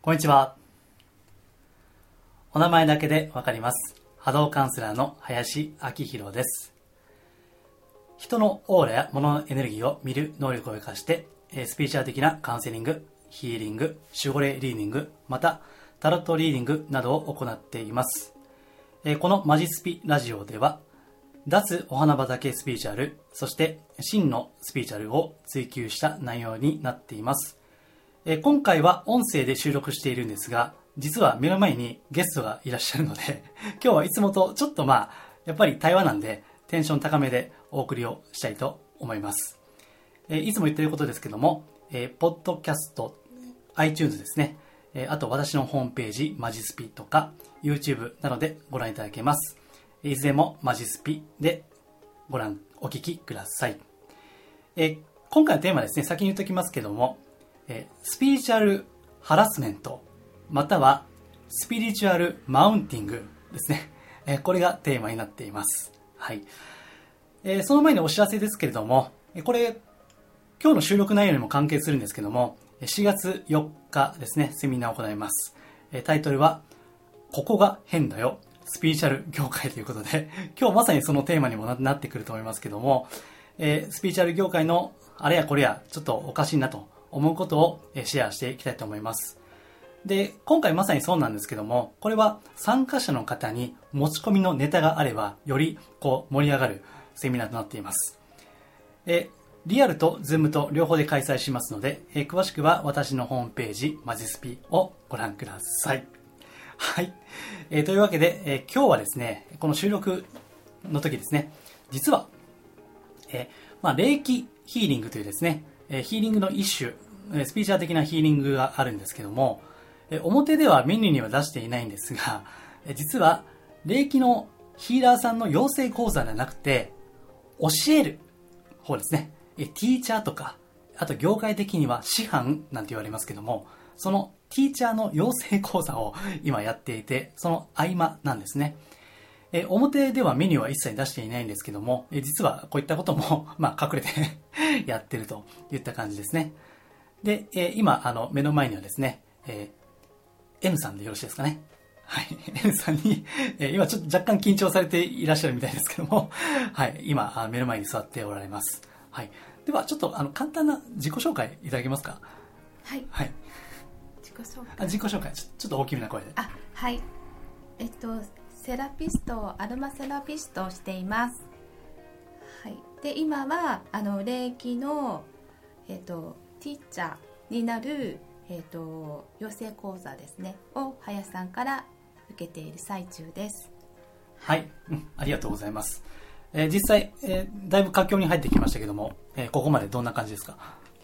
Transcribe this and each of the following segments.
こんにちは。お名前だけでわかります。波動カウンセラーの林明宏です。人のオーラや物のエネルギーを見る能力を生かして、スピリチュアル的なカウンセリング、ヒーリング、守護霊リーディング、またタロットリーディングなどを行っています。このマジスピラジオでは、脱お花畑スピリチュアル、そして真のスピリチュアルを追求した内容になっています。今回は音声で収録しているんですが、実は目の前にゲストがいらっしゃるので、今日はいつもとちょっとやっぱり対話なんでテンション高めでお送りをしたいと思います。いつも言っていることですけども、ポッドキャスト、iTunes ですね、あと私のホームページマジスピとか YouTube などでご覧いただけます。いずれもマジスピでお聞きください。今回のテーマですね、先に言っておきますけども、スピリチュアルハラスメントまたはスピリチュアルマウンティングですね、これがテーマになっています。はい。その前にお知らせですけれども、これ今日の収録内容にも関係するんですけども、4月4日ですね、セミナーを行います。タイトルはここが変だよスピリチュアル業界ということで、今日まさにそのテーマにもなってくると思いますけども、スピリチュアル業界のあれやこれやちょっとおかしいなと思うことをシェアしていきたいと思います。で、今回まさにそうなんですけども、これは参加者の方に持ち込みのネタがあればより盛り上がるセミナーとなっています。リアルとズームと両方で開催しますので、詳しくは私のホームページマジスピをご覧ください。はい。というわけで、今日はですね、この収録の時ですね、実は、霊気ヒーリングというですね、ヒーリングの一種、スピリチュアル的なヒーリングがあるんですけども、表ではメニューには出していないんですが、実は霊気のヒーラーさんの養成講座ではなくて、教える方ですね。ティーチャーとか、あと業界的には師範なんて言われますけども、そのティーチャーの養成講座を今やっていて、その合間なんですね。表ではメニューは一切出していないんですけども、実はこういったことも隠れてやってるといった感じですね。で、今目の前にはですね、N さんでよろしいですかね。はい、N さんに、今ちょっと若干緊張されていらっしゃるみたいですけども、はい、今目の前に座っておられます。はい、ではちょっと簡単な自己紹介いただけますか。 はい。 はい。自己紹介ちょっと大きめな声で。 はい。セラピスト、アロマセラピストをしています。はい。で、今は霊気のティーチャーになる養成講座ですねを林さんから受けている最中です。 はい、ありがとうございます。実際、だいぶ佳境に入ってきましたけども、ここまでどんな感じですか？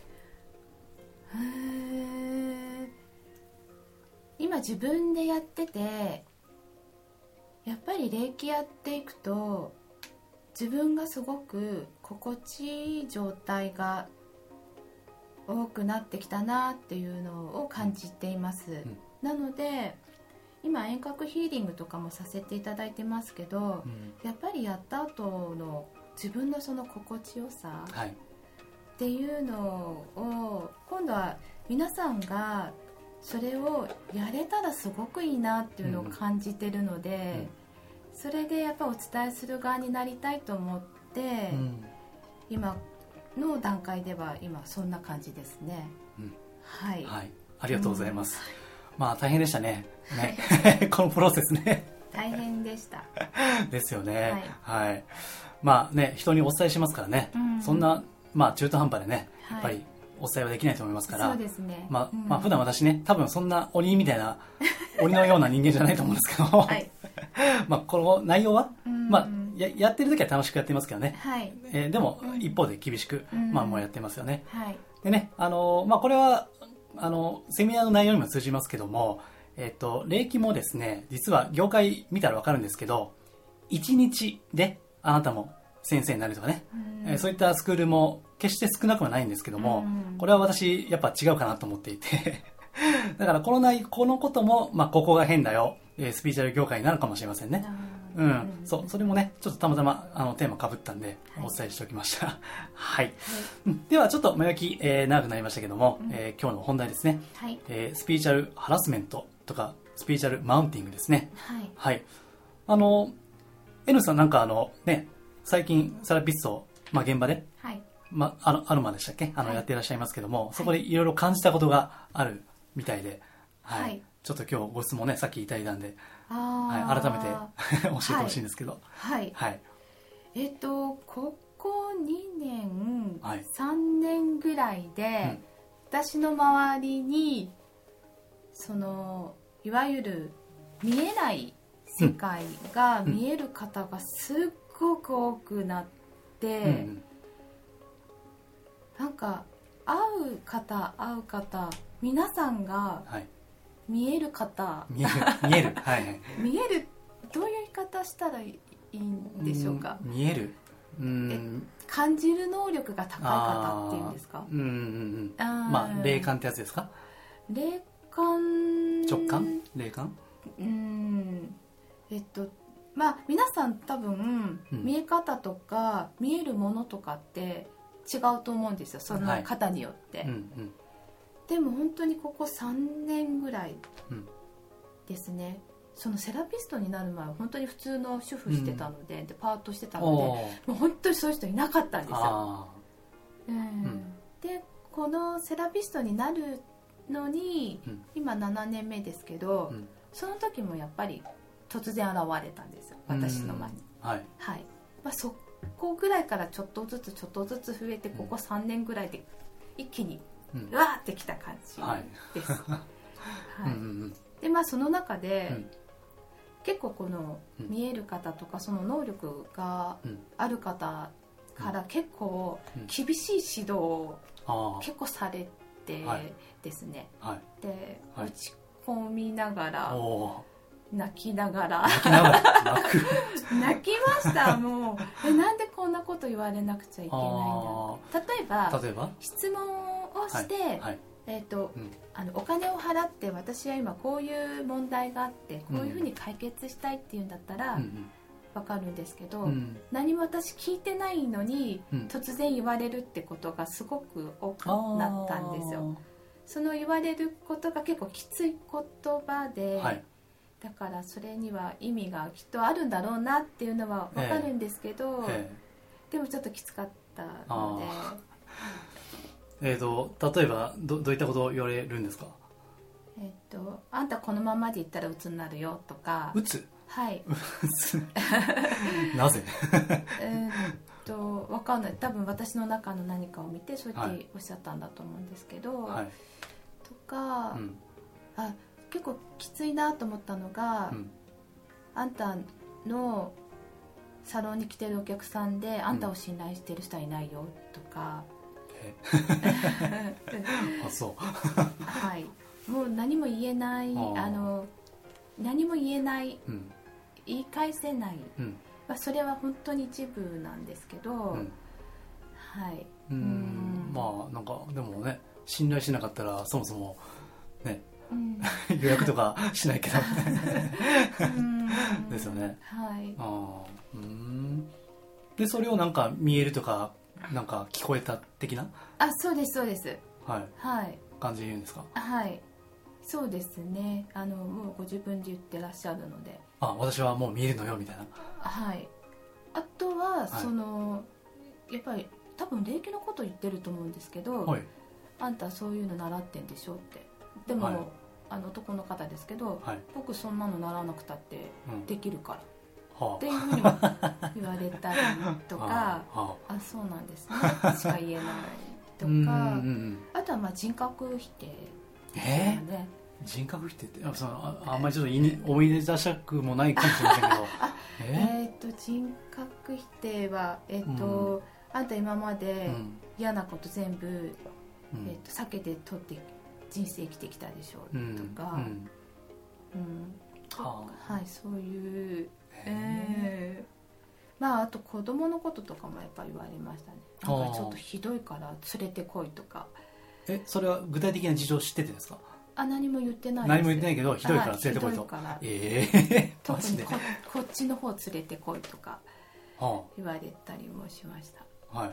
今自分でやってて、やっぱり霊気やっていくと自分がすごく心地いい状態が多くなってきたなっていうのを感じています。なので今遠隔ヒーリングとかもさせていただいてますけど、やっぱりやった後の自分のその心地よさっていうのを、今度は皆さんがそれをやれたらすごくいいなっていうのを感じてるので、それでやっぱお伝えする側になりたいと思って、今の段階では今そんな感じですね。はい、 はい、ありがとうございます。大変でしたね。 はい、 このプロセスね。 大変でした。 ですよね。はい。人にお伝えしますからね。そんな中途半端でね、やっぱりお伝えはできないと思いますから。 そうですね。 普段私ね、多分そんな鬼みたいな鬼のような人間じゃないと思うんですけど、はい、この内容は、やってる時は楽しくやってますけどね。 はい。 でも一方で厳しくもうやってますよね。 はい。 でね、これはセミナーの内容にも通じますけども、霊気もですね、実は業界見たらわかるんですけど、1日であなたも先生になるとかね、そういったスクールも決して少なくはないんですけども、これは私やっぱ違うかなと思っていてだからこのことも、まあ、ここが変だよ、スピーチュアル業界になるかもしれませんね。それもね、ちょっとたまたまテーマ被ったんで、お伝えしておきました。はい。では、ちょっと前置き、長くなりましたけども、今日の本題ですね。 はい。 スピーチュアルハラスメントとか、スピーチュアルマウンティングですね。 はい。 はい。N さんなんかね、最近セラピスト、まあ、現場で、 はい。 アロマでしたっけやっていらっしゃいますけども、そこでいろいろ感じたことがあるみたいで、はい。ちょっと今日ご質問ね、さっきいただいたんで、はい、改めて教えてほしいんですけど。 はい。 はい。 ここ2年、 はい、 3年ぐらいで、私の周りに、いわゆる見えない世界が見える方がすっごく多くなって、なんか会う方皆さんが見える方、 見えるはい、 見える、どういう言い方したらいいんでしょうか。 見える、 感じる能力が高い方っていうんですか。 まあ霊感ってやつですか。 霊感、 直感、霊感、 まあ皆さん多分、見え方とか見えるものとかって違うと思うんですよ、その方によって、でも本当にここ3年ぐらいですね、そのセラピストになる前は本当に普通の主婦してたので、でパートしてたので、もう本当にそういう人いなかったんですよ。でこのセラピストになるのに、今7年目ですけど、その時もやっぱり突然現れたんですよ、私の前に。はい、まあ、そこぐらいからちょっとずつ増えて、ここ3年ぐらいで一気にうわーってきた感じです。でまあその中で、結構この見える方とかその能力がある方から結構厳しい指導を結構されてですね、で落ち込みながら泣きながら泣きました。もうなんでこんなこと言われなくちゃいけないんだ。例えば質問をして、お金を払って私は今こういう問題があってこういうふうに解決したいっていうんだったら分かるんですけど、何も私聞いてないのに突然言われるってことがすごく多くなったんですよ。その言われることが結構きつい言葉で、だからそれには意味がきっとあるんだろうなっていうのは分かるんですけど、でもちょっときつかったので。 例えばどういったことを言われるんですか。 あんたこのままでいったら鬱になるよとか。 鬱？ はい。 なぜ？ わかんない。多分私の中の何かを見てそうやっておっしゃったんだと思うんですけど、とか、結構きついなと思ったのが、あんたのサロンに来てるお客さんであんたを信頼してる人はいないよとか。 あ、そうはい、もう何も言えない、何も言えない、言い返せない、まあ、それは本当に一部なんですけど、はい、 まあなんかでもね、信頼しなかったらそもそもね、予約とかしないけどですよね。でそれをなんか見えるとかなんか聞こえた的な。 そうですそうです。 感じで言うんですか。 そうですね。もうご自分で言ってらっしゃるので、 私はもう見えるのよみたいな。 あとは、やっぱり多分霊気のこと言ってると思うんですけど、あんたそういうの習ってんでしょって。でも、男の方ですけど、僕そんなの習わなくたってできるから、っていうふうに言われたりとかそうなんですねしか言えないとかあとはまあ人格否定ですよね。 人格否定ってあんまりちょっと思い出したくもないかもしれませんけど人格否定はあんた今まで嫌なこと全部避けて取って人生生きてきたでしょとか、そういうまああと子供のこととかもやっぱり言われましたね。なんかちょっとひどいから連れてこいとか。 それは具体的な事情知っててですか。 何も言ってないです。 何も言ってないけどひどいから連れてこいと。 特にこっちの方連れてこいとか言われたりもしました。 はい。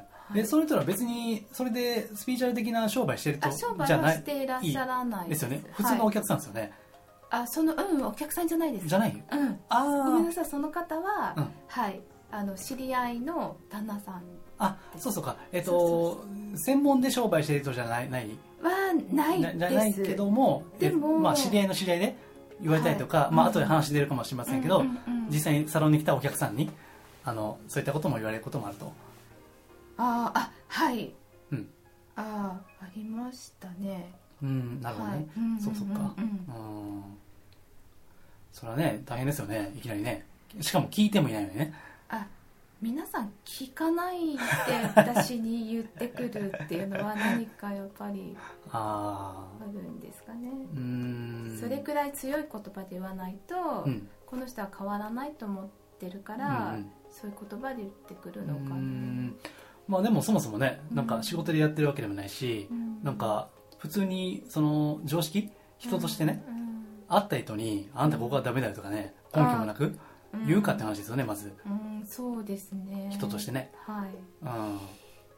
それとは別にそれでスピーチュアル的な商売してると商売はしていらっしゃらないですよね。普通のお客さんですよね。 お客さんじゃないです。 じゃない。 ごめんなさい、その方は、はい、知り合いの旦那さん。 そうか。専門で商売してる人じゃないはないです。 じゃないけども、 でもまあ知り合いの知り合いで言われたりとか、まあ後で話出るかもしれませんけど、実際にサロンに来たお客さんにそういったことも言われることもあると。 はい。ありましたね。 なるほどね。そうか。それはね大変ですよね、いきなりね。しかも聞いてもいないのにね。 皆さん聞かないで私に言ってくるっていうのは何かやっぱりあるんですかね。それくらい強い言葉で言わないと、この人は変わらないと思ってるから、そういう言葉で言ってくるのかな。 まあでもそもそもね、なんか仕事でやってるわけでもないし、なんか普通にその常識、人としてね、会った人にあんたここはダメだよとかね、根拠もなく言うかって話ですよね、まず。 そうですね。 人としてね。 はい。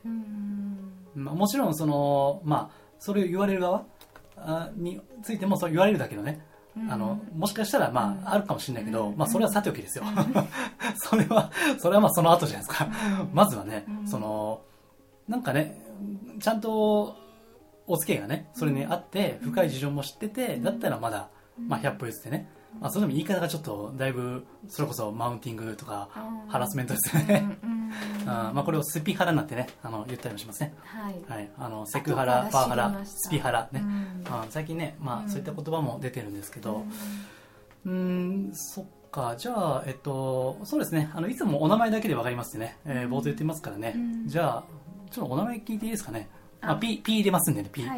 もちろんそのまあそれを言われる側についてもそう言われるだけのね、もしかしたらまああるかもしれないけど、まあそれはさておきですよ。それはまあその後じゃないですか。まずはね、そのなんかね、ちゃんとお付き合いがねそれにあって深い事情も知ってて、だったらまだまあ100歩譲ってね。それでも言い方がちょっとだいぶそれこそマウンティングとかハラスメントですよね。まあこれをスピハラなんてね言ったりもしますね。はい。セクハラ、パワハラ、スピハラね。最近ねまあそういった言葉も出てるんですけど、そっか。じゃあそうですね。いつもお名前だけでわかりますってね。冒頭言ってますからね。じゃあちょっとお名前聞いていいですかね。P 入れますんでね。P。はい。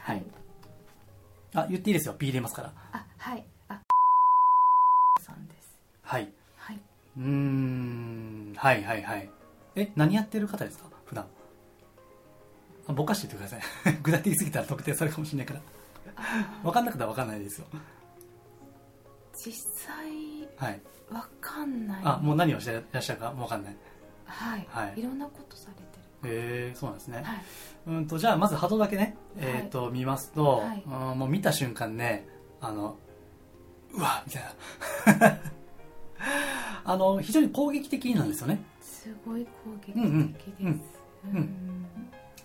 言っていいですよ。P 入れますから。 はい。さんです。 はい。はい。何やってる方ですか普段。ぼかして言ってください。具体的すぎたら特定されるかもしれないから。分かんなくては分かんないですよ。 実際分かんない。 もう何をしてらっしゃるか分かんない。 はい。いろんなことされてる。そうなんですね。じゃあまず波動だけね見ますと、もう見た瞬間ねうわみたいな非常に攻撃的なんですよね。 すごい攻撃的です。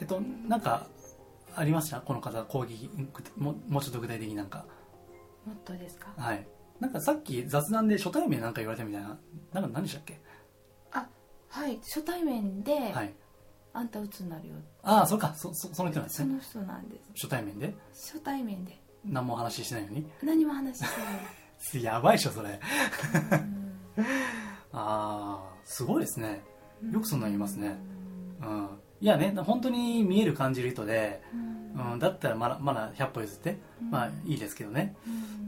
なんかありましたこの方攻撃もうちょっと具体的になんか。 もっとですか。 はい。なんかさっき雑談で初対面なんか言われたみたいな。なんか何でしたっけ。 はい初対面で、あんた鬱になるよ。 そうかその人なんですね。 その人なんです。 初対面で何も話してないのに。 何も話してないやばいっしょそれ。すごいですね。よくそんな言いますね。いやね本当に見える感じる人で、だったらまだ100歩譲ってまあいいですけどね。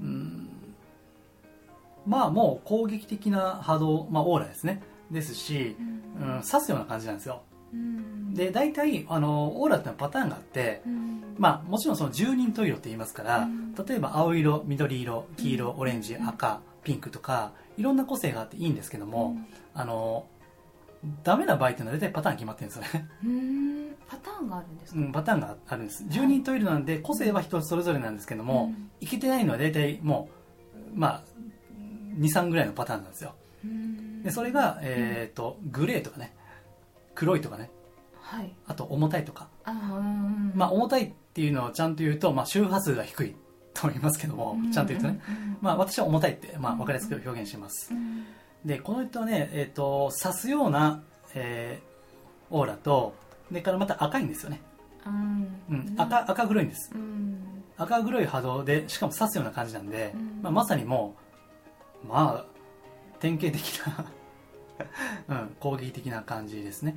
まあもう攻撃的な波動、まあオーラですし、刺すような感じなんですよ。で大体オーラってのはパターンがあって、まあもちろんその十人十色って言いますから、例えば青色、緑色、黄色、オレンジ、赤、ピンクとかいろんな個性があっていいんですけども、ダメな場合っていうのは大体パターン決まってるんですよね。 パターンがあるんですか。 パターンがあるんです。十人十色なんで個性は人それぞれなんですけども、いけてないのは大体もうまあ 2,3 ぐらいのパターンなんですよ。でそれがグレーとかね、黒いとかね、あと重たいとか。まあ重たいっていうのをちゃんと言うと、まあ周波数が低いと言いますけども、ちゃんと言うとね、まあ私は重たいってまあ分かりやすく表現します。でこの人はね刺すようなオーラと、でからまた赤いんですよね。赤黒いんです。赤黒い波動でしかも刺すような感じなんで、まさにもうまあ典型的な攻撃的な感じですね。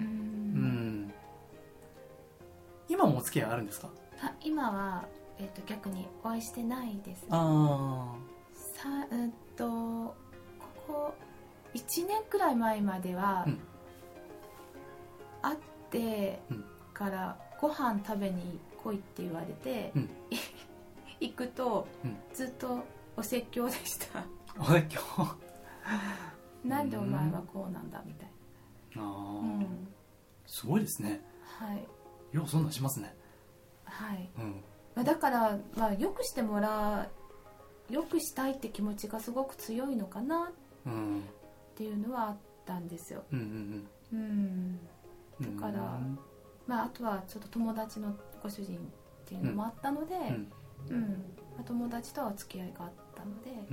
今もお付き合いあるんですか。 今は、逆にお会いしてないです。ここ1年くらい前までは、会ってからご飯食べに来いって言われて、 行くと、 うん、 ずっとお説教でした。 お説教なんでお前はこうなんだみたいな。 うん、すごいですね。 はい。 ようそんなんしますね。 はい。 うん、 だから、よくしたいって気持ちがすごく強いのかなっていうのはあったんですよ。うんうん、だから、あとはちょっと友達のご主人っていうのもあったので、友達とはお付き合いがあったので、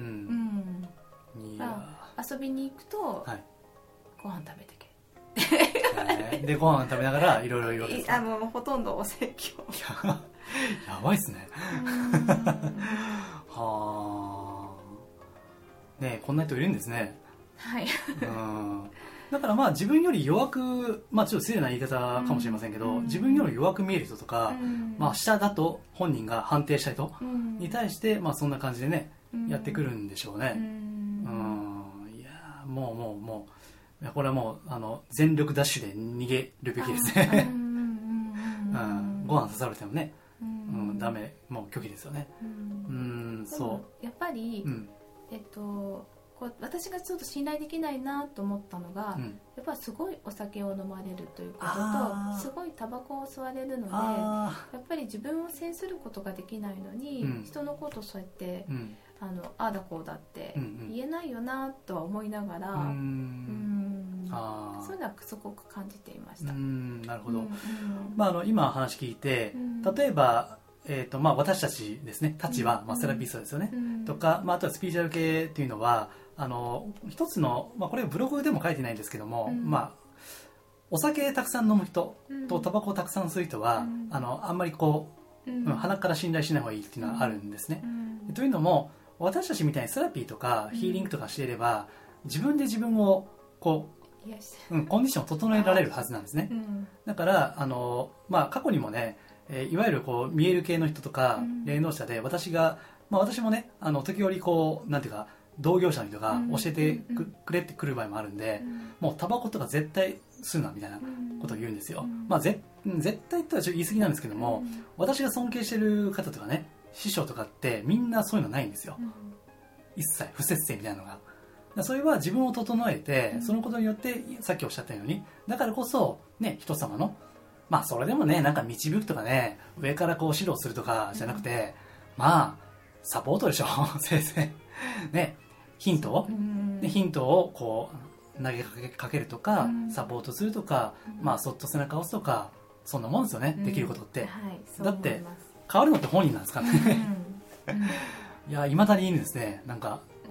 遊びに行くと、はい、ご飯食べてけでご飯食べながらいろいろ言うわけですか。 ほとんどお説教やばいっすねはあねえ、こんな人いるんですね。 はいだから自分より弱く、ちょっと失礼な言い方かもしれませんけど、自分より弱く見える人とか、下だと本人が判定した人に対して、そんな感じでね、やってくるんでしょうね。いやもうこれはもう全力ダッシュで逃げるべきですねご飯刺されてもね、ダメ、もう拒否ですよね。 そうやっぱり、私がちょっと信頼できないなと思ったのが、やっぱりすごいお酒を飲まれるということと、すごいタバコを吸われるので、やっぱり自分を制することができないのに、人のことをそうやって、ああだこうだって言えないよなとは思いながら、そういうのはすごく感じていました。 なるほど。今話聞いて、例えば私たちですね、たちは、セラピストですよね、とか、あとはスピリチュアル系っていうのは一つの、これブログでも書いてないんですけども、お酒たくさん飲む人とタバコをたくさん吸う人は、あんまり鼻から信頼しない方がいいっていうのはあるんですね。というのも、私たちみたいにセラピーとかヒーリングとかしていれば、自分で自分をコンディションを整えられるはずなんですね。だから過去にもね、いわゆる見える系の人とか霊能者で、私もね、時折なんていうか同業者の人が教えてくれってくる場合もあるんで、もうタバコとか絶対吸うなみたいなことを言うんですよ。絶対とはちょっと言い過ぎなんですけども、私が尊敬してる方とかね、師匠とかってみんなそういうのないんですよ。一切不摂生みたいなのが。それは自分を整えて、そのことによってさっきおっしゃったように、だからこそね、人様のそれでもね、なんか導くとかね、上から指導するとかじゃなくて、サポートでしょ先生ね、ヒントを投げかけるとか、サポートするとか、そっと背中を押すとか、そんなもんですよね、できることって。だって変わるのって本人なんですからねいや、いまだにいいんですね。なん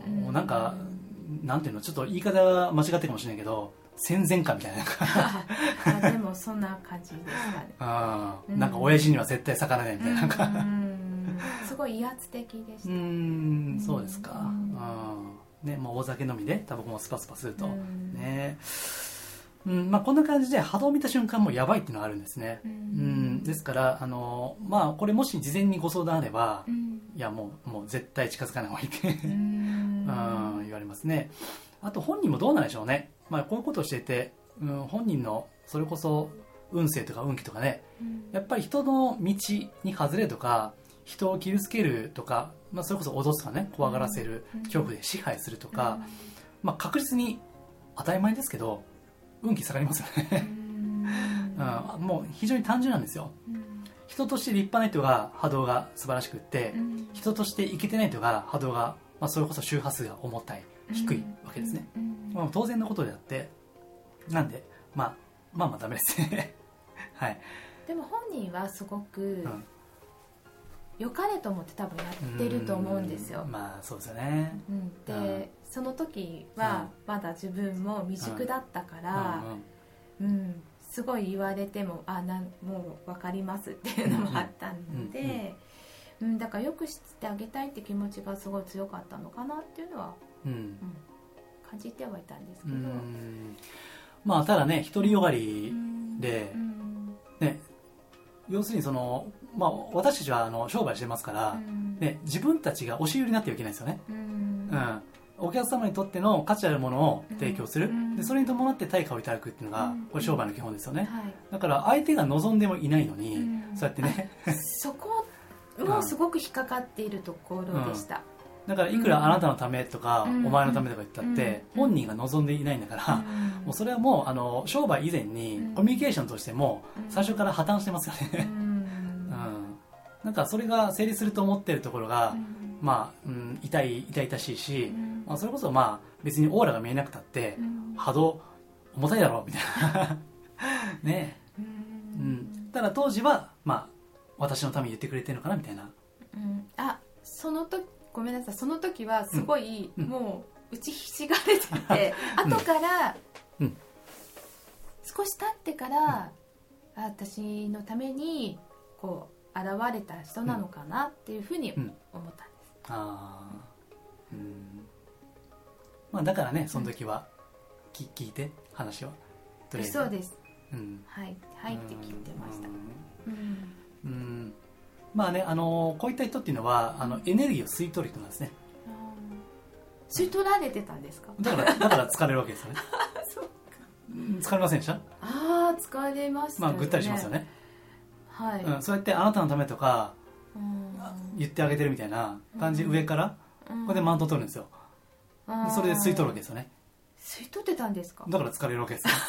ていうの、ちょっと言い方間違ってるかもしれないけど、戦前歌みたいなでもそんな感じでしたね。 なんか親父には絶対逆らえないみたいな、 すごい威圧的でした。 そうですか。ね、もう大酒飲みでタバコもスパスパするとね。こんな感じで波動を見た瞬間もやばいっていうのがあるんですね。ですからこれもし事前にご相談あれば、いやもう絶対近づかない方がいいって言われますね。あと本人もどうなんでしょうね。こういうことをしていて、本人のそれこそ運勢とか運気とかね、やっぱり人の道に外れるとか、人を傷つけるとか、それこそ脅すとかね、怖がらせる、恐怖で支配するとか、確実に当たり前ですけど運気下がりますよねもう非常に単純なんですよ。人として立派な人が波動が素晴らしくって、人としてイケてない人が波動が、それこそ周波数が重たい、低いわけですね。当然のことであって、なんでダメですねはい。 でも本人はすごく良かれと思って多分やってると思うんですよ。 そうですよね。 で、その時はまだ自分も未熟だったから、すごい言われてももう分かりますっていうのもあったので、だからよく知ってあげたいって気持ちがすごい強かったのかなっていうのは、感じてはいたんですけど、 ただね、独りよがりで、ね、要するに私たちは商売してますから、自分たちが押し売りになってはいけないですよね。お客様にとっての価値あるものを提供する、でそれに伴って対価をいただくっていうのが、これ商売の基本ですよね。だから相手が望んでもいないのに、そうやってねそこもうすごく引っかかっているところでした、 だからいくらあなたのためとか、お前のためとか言ったって、本人が望んでいないんだから、もうそれはもう商売以前にコミュニケーションとしても最初から破綻してますよね。なんかそれが成立すると思ってるところが、まあ、痛々しいし、まあ、それこそまあ別にオーラが見えなくたって、波動重たいだろうみたいなねえ、ただ当時はまあ私のために言ってくれてるのかなみたいな、 その時ごめんなさい、その時はすごい、もう打ちひしがれてて、後から、少し経ってから、私のためにこう現れた人なのかなっていうふうに思ったんです。 まあ、だからねその時は聞いて話をとりあえずそうです、はいはいって聞いてました。 まあね、こういった人っていうのはエネルギーを吸い取る人なんですね。 吸い取られてたんですか？ だから疲れるわけですよね。 そうか。 疲れませんでした？ 疲れましたね。まあぐったりしますよね。 はい。 そうやってあなたのためとか言ってあげてるみたいな感じ、上からこれでマウント取るんですよ。それで吸い取るわけですよね。 吸い取ってたんですか？ だから疲れるわけですよ。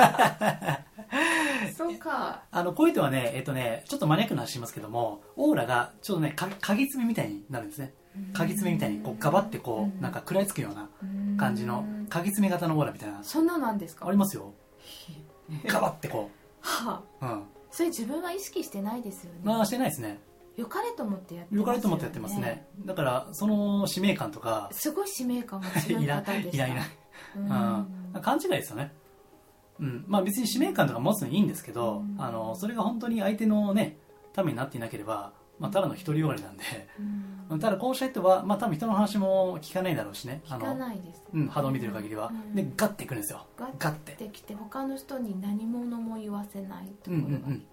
そうか。 こういう人はね、ちょっとマニアックな話しますけども、オーラがちょっとね、鍵爪みたいになるんですね。鍵爪みたいにこうガバってこうなんか食らいつくような感じの鍵爪型のオーラみたいな。 そんななんですか？ ありますよ。ガバってこう。 それ自分は意識してないですよね。 まあしてないですね。 良かれと思ってやってますよね。 良かれと思ってやってますね。だからその使命感とかすごい使命感が強い方でした。 いない。勘違いですよね。まあ別に使命感とか持つのいいんですけど、それが本当に相手のねためになっていなければ、まあ、ただの独りよがりなんで、ただこうした人は、まあ、多分人の話も聞かないだろうしね、 聞かないです、 波動を見てる限りは、でガッていくんですよ。 ガッてきて他の人に何者も言わせないところがあります。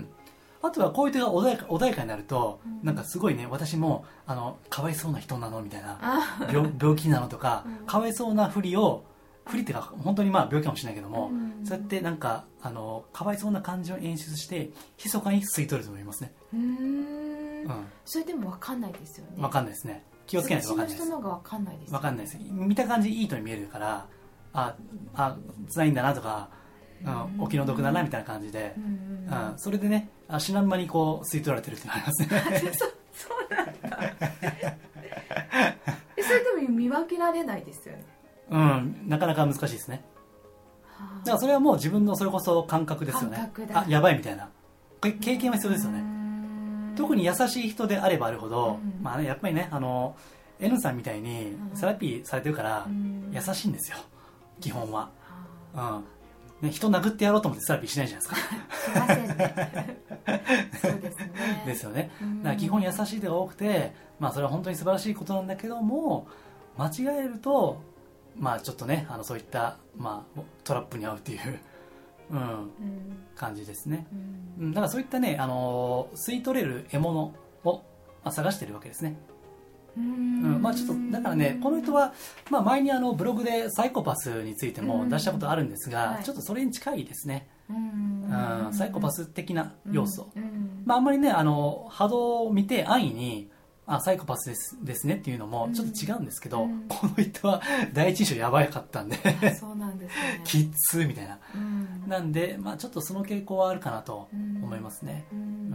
あとはこういう人が穏やかになると、なんかすごいね、私もかわいそうな人なのみたいな、病気なのとか、かわいそうなふりっていうか本当にまあ病気かもしれないけども、そうやってなんかかわいそうな感じを演出して密かに吸い取ると思いますね。 それでも分かんないですよね。 分かんないですね。気をつけないと分かんないです。 そっちの人の方が分かんないです。 分かんないです。見た感じいい人に見えるから、辛いんだなとか、お気の毒だなみたいな感じで、それでね知らん間にこう吸い取られてるってなりますね。 そうなんだ。それでも見分けられないですよね。 なかなか難しいですね。だからそれはもう自分のそれこそ感覚ですよね。やばいみたいな経験は必要ですよね。特に優しい人であればあるほど、まあね、やっぱりねN さんみたいにセラピーされてるから優しいんですよ基本は。ね、人殴ってやろうと思ってセラピーしないじゃないですか。 しませんね。そうですね。 ですよね。だから基本優しい人が多くて、まあそれは本当に素晴らしいことなんだけども、間違えるとまあちょっとねそういった、まあ、トラップに遭うっていう、感じですね。だからそういったね吸い取れる獲物を、探してるわけですね。まあちょっとだからねこの人は、まあ、前にブログでサイコパスについても出したことあるんですが、ちょっとそれに近いですね。サイコパス的な要素、まあ、あんまりね波動を見て安易にサイコパスですねっていうのもちょっと違うんですけど、この人は第一印象やばかったんでそうなんですね。 きっつみたいな、なんで、まあ、ちょっとその傾向はあるかなと思いますね。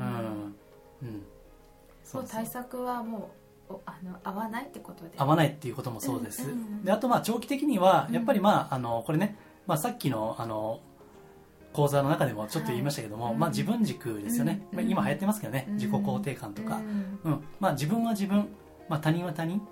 そう対策はもう合わないってことで、 合わないっていうこともそうです。であとまあ長期的にはやっぱりまあこれね、まあ、さっきの講座の中でもちょっと言いましたけども、まあ、自分軸ですよね。まあ、今流行ってますけどね、自己肯定感とか、まあ、自分は自分、まあ、他人は他人、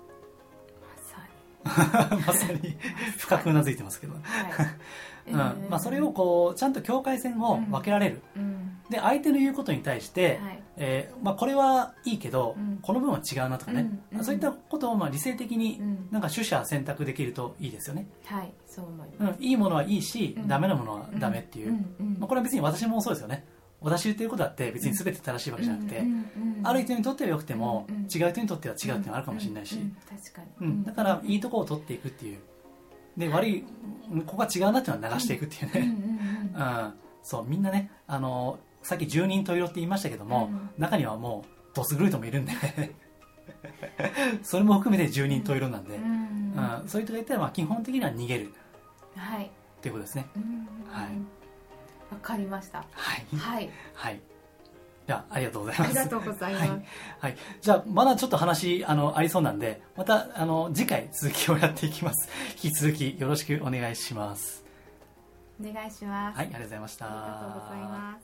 まさに深くうなずいてますけど、まあ、それをこうちゃんと境界線を分けられる、で相手の言うことに対して、まあ、これはいいけど、この分は違うなとかね、そういったことをまあ理性的になんか取捨選択できるといいですよね。 はい、そう思います。 いいものはいいし、ダメなものはダメっていう、まあ、これは別に私もそうですよね。私言ってることだって別に全て正しいわけじゃなくて、ある人にとっては良くても、違う人にとっては違うっていうのがあるかもしれないし、 確かに、 だからいいところを取っていくっていう、で悪いここが違うなっていうのは流していくっていうね、そうみんなねさっき十人十色って言いましたけども、中にはもうドス狂い人もいるんでそれも含めて十人十色なんで、そういう人がいたら、まあ、基本的には逃げる、 はい、 ということですね。はい。 わかりました。 はい。 はい。 はい。じゃあ、ありがとうございます。 ありがとうございます。 はい。はい、じゃあ、まだちょっと話、ありそうなんで、また、次回続きをやっていきます。引き続きよろしくお願いします。 お願いします。 はい、ありがとうございました。 ありがとうございます。